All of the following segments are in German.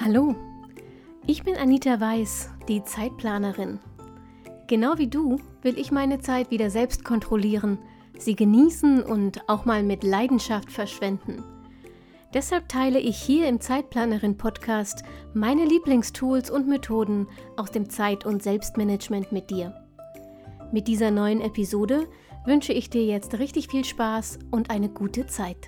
Hallo, ich bin Anita Weiß, die Zeitplanerin. Genau wie du will ich meine Zeit wieder selbst kontrollieren, sie genießen und auch mal mit Leidenschaft verschwenden. Deshalb teile ich hier im Zeitplanerin-Podcast meine Lieblingstools und Methoden aus dem Zeit- und Selbstmanagement mit dir. Mit dieser neuen Episode wünsche ich dir jetzt richtig viel Spaß und eine gute Zeit.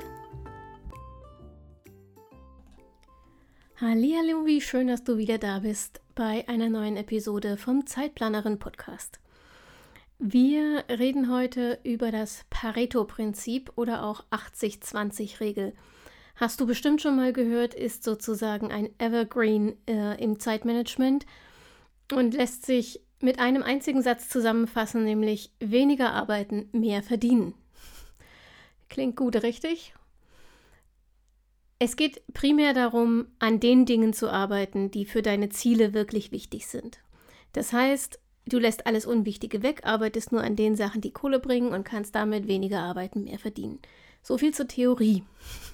Hallihallo, wie schön, dass du wieder da bist bei einer neuen Episode vom Zeitplanerin-Podcast. Wir reden heute über das Pareto-Prinzip oder auch 80-20-Regel. Hast du bestimmt schon mal gehört, ist sozusagen ein Evergreen im Zeitmanagement und lässt sich mit einem einzigen Satz zusammenfassen, nämlich weniger arbeiten, mehr verdienen. Klingt gut, richtig? Es geht primär darum, an den Dingen zu arbeiten, die für deine Ziele wirklich wichtig sind. Das heißt, du lässt alles Unwichtige weg, arbeitest nur an den Sachen, die Kohle bringen und kannst damit weniger arbeiten, mehr verdienen. So viel zur Theorie.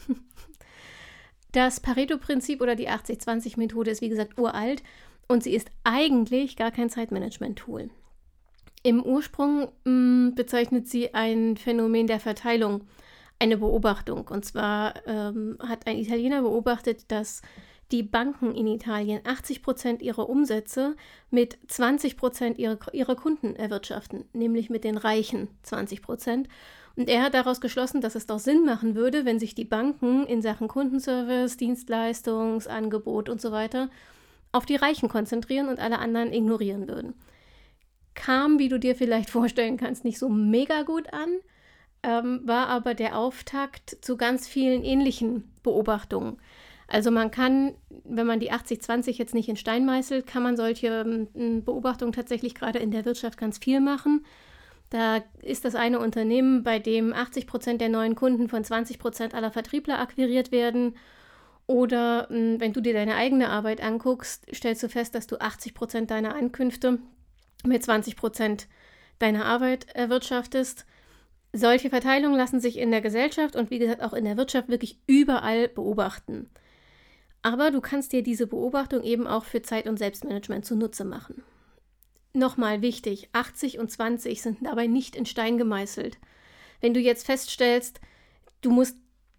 Das Pareto-Prinzip oder die 80-20-Methode ist wie gesagt uralt und sie ist eigentlich gar kein Zeitmanagement-Tool. Im Ursprung bezeichnet sie ein Phänomen der Verteilung, eine Beobachtung. Und zwar hat ein Italiener beobachtet, dass die Banken in Italien 80% ihrer Umsätze mit 20% ihrer Kunden erwirtschaften, nämlich mit den reichen 20%. Und er hat daraus geschlossen, dass es doch Sinn machen würde, wenn sich die Banken in Sachen Kundenservice, Dienstleistungsangebot und so weiter auf die Reichen konzentrieren und alle anderen ignorieren würden. Kam, wie du dir vielleicht vorstellen kannst, nicht so mega gut an, war aber der Auftakt zu ganz vielen ähnlichen Beobachtungen. Also man kann, wenn man die 80-20 jetzt nicht in Stein meißelt, kann man solche Beobachtungen tatsächlich gerade in der Wirtschaft ganz viel machen. Da ist das eine Unternehmen, bei dem 80% der neuen Kunden von 20% aller Vertriebler akquiriert werden. Oder wenn du dir deine eigene Arbeit anguckst, stellst du fest, dass du 80% deiner Einkünfte mit 20% deiner Arbeit erwirtschaftest. Solche Verteilungen lassen sich in der Gesellschaft und wie gesagt auch in der Wirtschaft wirklich überall beobachten. Aber du kannst dir diese Beobachtung eben auch für Zeit- und Selbstmanagement zunutze machen. Nochmal wichtig, 80 und 20 sind dabei nicht in Stein gemeißelt. Wenn du jetzt feststellst, du musst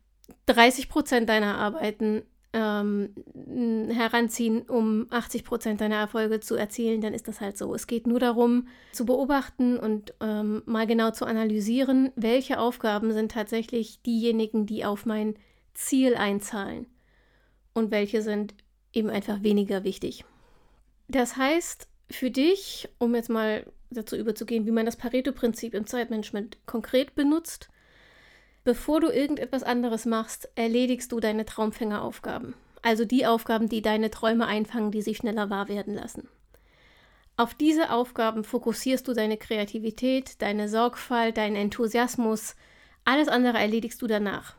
30% deiner Arbeiten heranziehen, um 80% deiner Erfolge zu erzielen, dann ist das halt so. Es geht nur darum, zu beobachten und mal genau zu analysieren, welche Aufgaben sind tatsächlich diejenigen, die auf mein Ziel einzahlen und welche sind eben einfach weniger wichtig. Das heißt, für dich, um jetzt mal dazu überzugehen, wie man das Pareto-Prinzip im Zeitmanagement konkret benutzt, bevor du irgendetwas anderes machst, erledigst du deine Traumfängeraufgaben. Also die Aufgaben, die deine Träume einfangen, die sich schneller wahr werden lassen. Auf diese Aufgaben fokussierst du deine Kreativität, deine Sorgfalt, deinen Enthusiasmus. Alles andere erledigst du danach.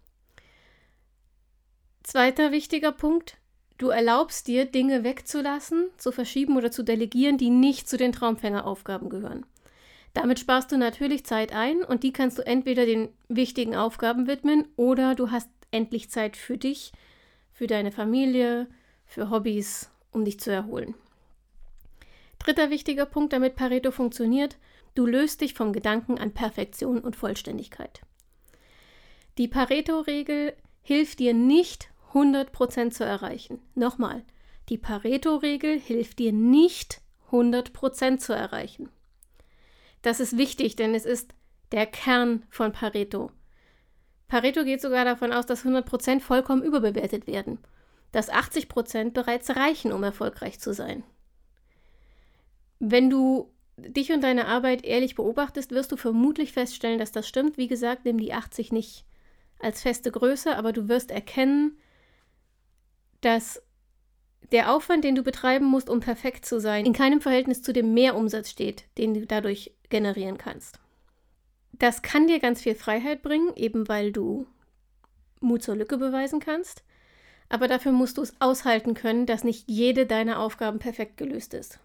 Zweiter wichtiger Punkt. Du erlaubst dir, Dinge wegzulassen, zu verschieben oder zu delegieren, die nicht zu den Traumfängeraufgaben gehören. Damit sparst du natürlich Zeit ein und die kannst du entweder den wichtigen Aufgaben widmen oder du hast endlich Zeit für dich, für deine Familie, für Hobbys, um dich zu erholen. Dritter wichtiger Punkt, damit Pareto funktioniert, du löst dich vom Gedanken an Perfektion und Vollständigkeit. Die Pareto-Regel hilft dir nicht, 100% zu erreichen. Nochmal, die Pareto-Regel hilft dir nicht, 100% zu erreichen. Das ist wichtig, denn es ist der Kern von Pareto. Pareto geht sogar davon aus, dass 100% vollkommen überbewertet werden, dass 80% bereits reichen, um erfolgreich zu sein. Wenn du dich und deine Arbeit ehrlich beobachtest, wirst du vermutlich feststellen, dass das stimmt. Wie gesagt, nimm die 80 nicht als feste Größe, aber du wirst erkennen, dass der Aufwand, den du betreiben musst, um perfekt zu sein, in keinem Verhältnis zu dem Mehrumsatz steht, den du dadurch generieren kannst. Das kann dir ganz viel Freiheit bringen, eben weil du Mut zur Lücke beweisen kannst. Aber dafür musst du es aushalten können, dass nicht jede deiner Aufgaben perfekt gelöst ist.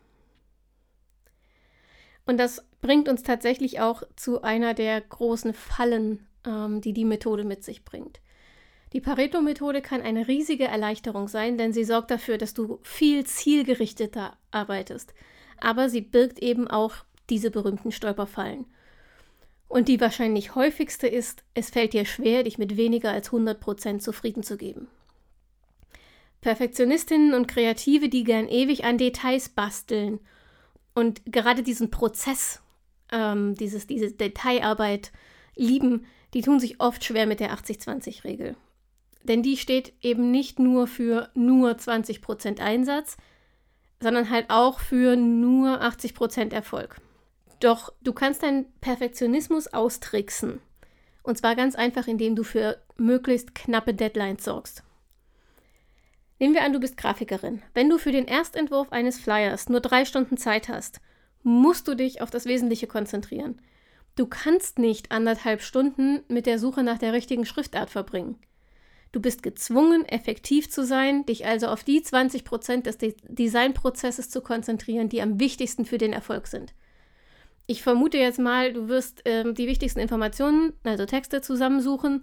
Und das bringt uns tatsächlich auch zu einer der großen Fallen, die die Methode mit sich bringt. Die Pareto-Methode kann eine riesige Erleichterung sein, denn sie sorgt dafür, dass du viel zielgerichteter arbeitest. Aber sie birgt eben auch diese berühmten Stolperfallen. Und die wahrscheinlich häufigste ist, es fällt dir schwer, dich mit weniger als 100% zufrieden zu geben. Perfektionistinnen und Kreative, die gern ewig an Details basteln und gerade diesen Prozess, diese Detailarbeit lieben, die tun sich oft schwer mit der 80-20-Regel. Denn die steht eben nicht nur für nur 20% Einsatz, sondern halt auch für nur 80% Erfolg. Doch du kannst deinen Perfektionismus austricksen. Und zwar ganz einfach, indem du für möglichst knappe Deadlines sorgst. Nehmen wir an, du bist Grafikerin. Wenn du für den Erstentwurf eines Flyers nur 3 Stunden Zeit hast, musst du dich auf das Wesentliche konzentrieren. Du kannst nicht 1,5 Stunden mit der Suche nach der richtigen Schriftart verbringen. Du bist gezwungen, effektiv zu sein, dich also auf die 20% des Designprozesses zu konzentrieren, die am wichtigsten für den Erfolg sind. Ich vermute jetzt mal, du wirst die wichtigsten Informationen, also Texte, zusammensuchen,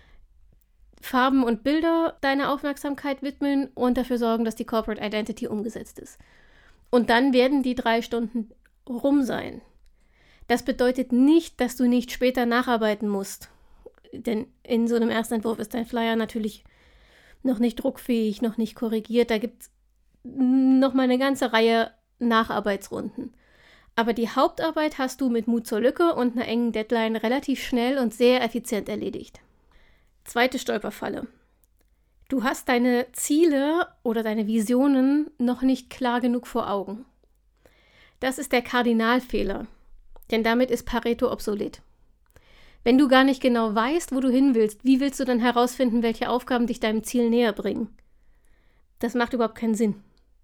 Farben und Bilder deiner Aufmerksamkeit widmen und dafür sorgen, dass die Corporate Identity umgesetzt ist. Und dann werden die 3 Stunden rum sein. Das bedeutet nicht, dass du nicht später nacharbeiten musst. Denn in so einem Erstentwurf ist dein Flyer natürlich noch nicht druckfähig, noch nicht korrigiert. Da gibt es noch mal eine ganze Reihe Nacharbeitsrunden. Aber die Hauptarbeit hast du mit Mut zur Lücke und einer engen Deadline relativ schnell und sehr effizient erledigt. Zweite Stolperfalle. Du hast deine Ziele oder deine Visionen noch nicht klar genug vor Augen. Das ist der Kardinalfehler, denn damit ist Pareto obsolet. Wenn du gar nicht genau weißt, wo du hin willst, wie willst du dann herausfinden, welche Aufgaben dich deinem Ziel näher bringen? Das macht überhaupt keinen Sinn.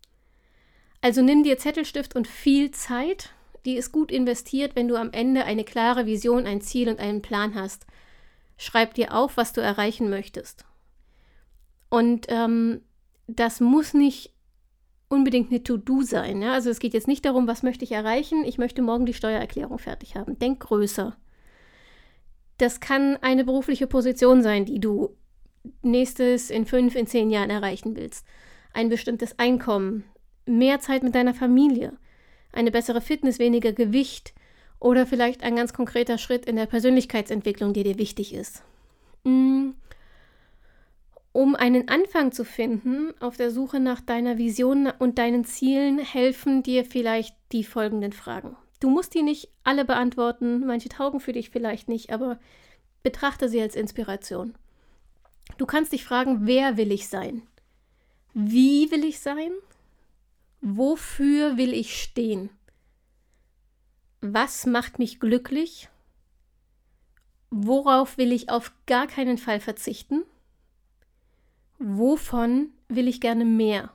Also nimm dir Zettelstift und viel Zeit, die ist gut investiert, wenn du am Ende eine klare Vision, ein Ziel und einen Plan hast. Schreib dir auf, was du erreichen möchtest. Und das muss nicht unbedingt eine To-Do sein. Ja? Also es geht jetzt nicht darum, was möchte ich erreichen, ich möchte morgen die Steuererklärung fertig haben. Denk größer. Das kann eine berufliche Position sein, die du nächstes in 5, in 10 Jahren erreichen willst. Ein bestimmtes Einkommen, mehr Zeit mit deiner Familie, eine bessere Fitness, weniger Gewicht oder vielleicht ein ganz konkreter Schritt in der Persönlichkeitsentwicklung, der dir wichtig ist. Um einen Anfang zu finden auf der Suche nach deiner Vision und deinen Zielen, helfen dir vielleicht die folgenden Fragen. Du musst die nicht alle beantworten, manche taugen für dich vielleicht nicht, aber betrachte sie als Inspiration. Du kannst dich fragen, wer will ich sein? Wie will ich sein? Wofür will ich stehen? Was macht mich glücklich? Worauf will ich auf gar keinen Fall verzichten? Wovon will ich gerne mehr?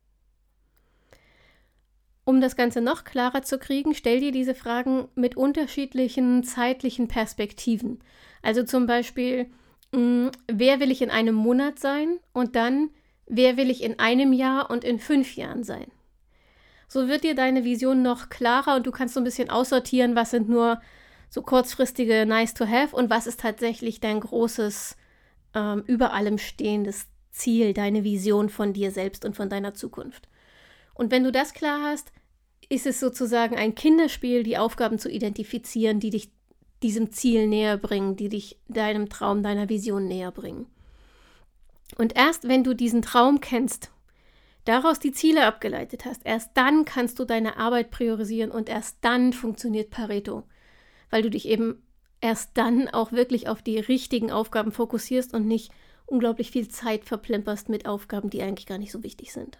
Um das Ganze noch klarer zu kriegen, stell dir diese Fragen mit unterschiedlichen zeitlichen Perspektiven. Also zum Beispiel, wer will ich in einem Monat sein? Und dann, wer will ich in einem Jahr und in 5 Jahren sein? So wird dir deine Vision noch klarer und du kannst so ein bisschen aussortieren, was sind nur so kurzfristige Nice-to-have und was ist tatsächlich dein großes, über allem stehendes Ziel, deine Vision von dir selbst und von deiner Zukunft. Und wenn du das klar hast, ist es sozusagen ein Kinderspiel, die Aufgaben zu identifizieren, die dich diesem Ziel näher bringen, die dich deinem Traum, deiner Vision näher bringen. Und erst wenn du diesen Traum kennst, daraus die Ziele abgeleitet hast, erst dann kannst du deine Arbeit priorisieren und erst dann funktioniert Pareto, weil du dich eben erst dann auch wirklich auf die richtigen Aufgaben fokussierst und nicht unglaublich viel Zeit verplemperst mit Aufgaben, die eigentlich gar nicht so wichtig sind.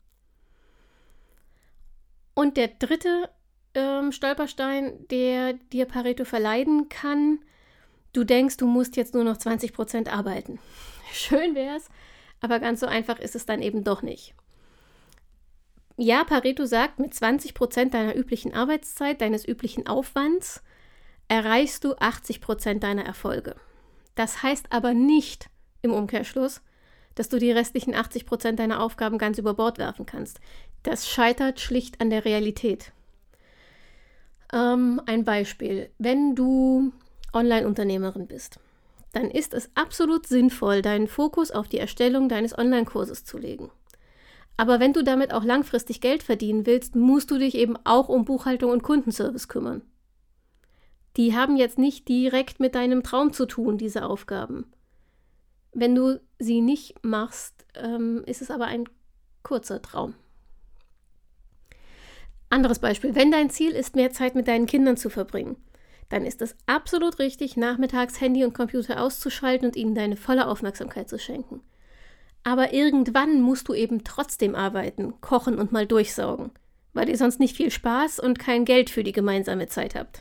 Und der dritte Stolperstein, der dir Pareto verleiden kann, du denkst, du musst jetzt nur noch 20% arbeiten. Schön wär's, aber ganz so einfach ist es dann eben doch nicht. Ja, Pareto sagt, mit 20% deiner üblichen Arbeitszeit, deines üblichen Aufwands, erreichst du 80% deiner Erfolge. Das heißt aber nicht im Umkehrschluss, dass du die restlichen 80% deiner Aufgaben ganz über Bord werfen kannst. Das scheitert schlicht an der Realität. Ein Beispiel. Wenn du Online-Unternehmerin bist, dann ist es absolut sinnvoll, deinen Fokus auf die Erstellung deines Online-Kurses zu legen. Aber wenn du damit auch langfristig Geld verdienen willst, musst du dich eben auch um Buchhaltung und Kundenservice kümmern. Die haben jetzt nicht direkt mit deinem Traum zu tun, diese Aufgaben. Wenn du sie nicht machst, ist es aber ein kurzer Traum. Anderes Beispiel, wenn dein Ziel ist, mehr Zeit mit deinen Kindern zu verbringen, dann ist es absolut richtig, nachmittags Handy und Computer auszuschalten und ihnen deine volle Aufmerksamkeit zu schenken. Aber irgendwann musst du eben trotzdem arbeiten, kochen und mal durchsaugen, weil ihr sonst nicht viel Spaß und kein Geld für die gemeinsame Zeit habt.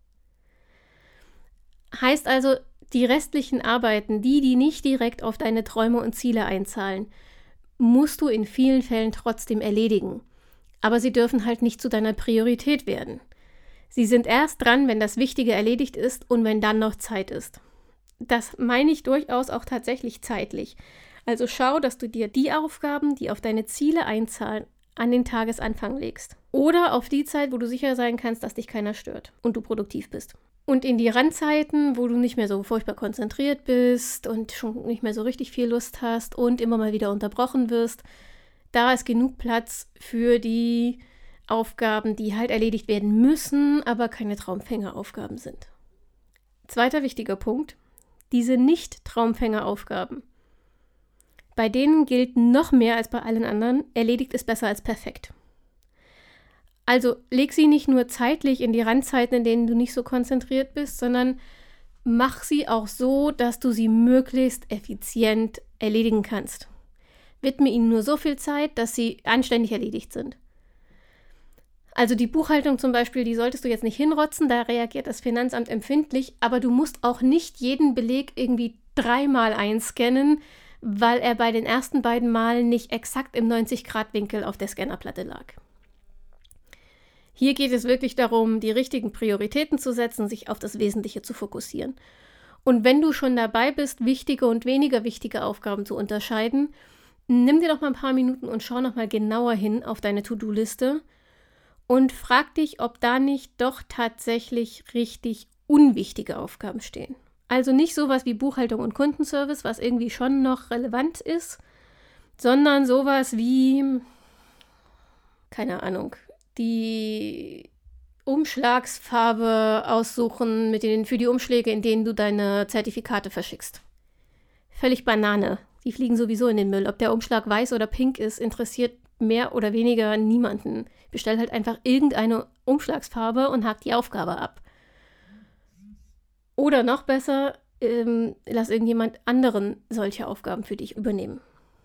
Heißt also, die restlichen Arbeiten, die nicht direkt auf deine Träume und Ziele einzahlen, musst du in vielen Fällen trotzdem erledigen. Aber sie dürfen halt nicht zu deiner Priorität werden. Sie sind erst dran, wenn das Wichtige erledigt ist und wenn dann noch Zeit ist. Das meine ich durchaus auch tatsächlich zeitlich. Also schau, dass du dir die Aufgaben, die auf deine Ziele einzahlen, an den Tagesanfang legst. Oder auf die Zeit, wo du sicher sein kannst, dass dich keiner stört und du produktiv bist. Und in die Randzeiten, wo du nicht mehr so furchtbar konzentriert bist und schon nicht mehr so richtig viel Lust hast und immer mal wieder unterbrochen wirst, da ist genug Platz für die Aufgaben, die halt erledigt werden müssen, aber keine Traumfängeraufgaben sind. Zweiter wichtiger Punkt, diese Nicht-Traumfängeraufgaben. Bei denen gilt noch mehr als bei allen anderen, erledigt ist besser als perfekt. Also leg sie nicht nur zeitlich in die Randzeiten, in denen du nicht so konzentriert bist, sondern mach sie auch so, dass du sie möglichst effizient erledigen kannst. Widme ihnen nur so viel Zeit, dass sie anständig erledigt sind. Also die Buchhaltung zum Beispiel, die solltest du jetzt nicht hinrotzen, da reagiert das Finanzamt empfindlich, aber du musst auch nicht jeden Beleg irgendwie 3-mal einscannen, weil er bei den ersten beiden Malen nicht exakt im 90-Grad-Winkel auf der Scannerplatte lag. Hier geht es wirklich darum, die richtigen Prioritäten zu setzen, sich auf das Wesentliche zu fokussieren. Und wenn du schon dabei bist, wichtige und weniger wichtige Aufgaben zu unterscheiden, nimm dir doch mal ein paar Minuten und schau noch mal genauer hin auf deine To-Do-Liste und frag dich, ob da nicht doch tatsächlich richtig unwichtige Aufgaben stehen. Also nicht sowas wie Buchhaltung und Kundenservice, was irgendwie schon noch relevant ist, sondern sowas wie, keine Ahnung, die Umschlagsfarbe aussuchen für die Umschläge, in denen du deine Zertifikate verschickst. Völlig Banane. Die fliegen sowieso in den Müll. Ob der Umschlag weiß oder pink ist, interessiert mehr oder weniger niemanden. Bestell halt einfach irgendeine Umschlagsfarbe und hak die Aufgabe ab. Oder noch besser, lass irgendjemand anderen solche Aufgaben für dich übernehmen.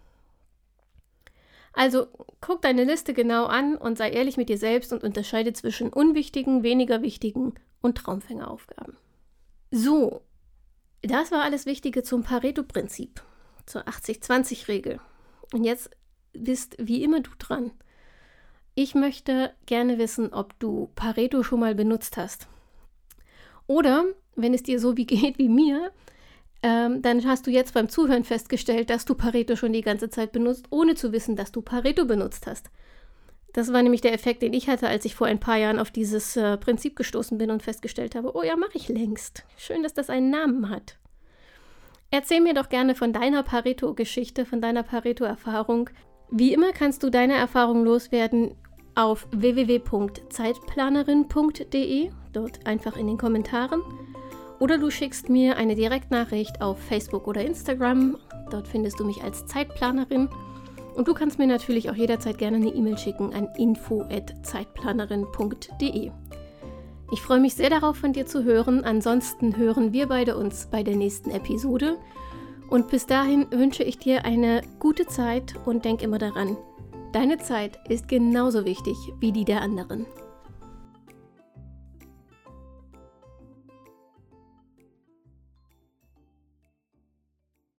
Also guck deine Liste genau an und sei ehrlich mit dir selbst und unterscheide zwischen unwichtigen, weniger wichtigen und Traumfängeraufgaben. So, das war alles Wichtige zum Pareto-Prinzip, zur 80-20-Regel. Und jetzt bist wie immer du dran. Ich möchte gerne wissen, ob du Pareto schon mal benutzt hast. Oder, wenn es dir so geht wie mir, dann hast du jetzt beim Zuhören festgestellt, dass du Pareto schon die ganze Zeit benutzt, ohne zu wissen, dass du Pareto benutzt hast. Das war nämlich der Effekt, den ich hatte, als ich vor ein paar Jahren auf dieses Prinzip gestoßen bin und festgestellt habe, oh ja, mache ich längst. Schön, dass das einen Namen hat. Erzähl mir doch gerne von deiner Pareto-Geschichte, von deiner Pareto-Erfahrung. Wie immer kannst du deine Erfahrung loswerden auf www.zeitplanerin.de, dort einfach in den Kommentaren. Oder du schickst mir eine Direktnachricht auf Facebook oder Instagram. Dort findest du mich als Zeitplanerin. Und du kannst mir natürlich auch jederzeit gerne eine E-Mail schicken an info@zeitplanerin.de. Ich freue mich sehr darauf, von dir zu hören. Ansonsten hören wir beide uns bei der nächsten Episode. Und bis dahin wünsche ich dir eine gute Zeit und denk immer daran, deine Zeit ist genauso wichtig wie die der anderen.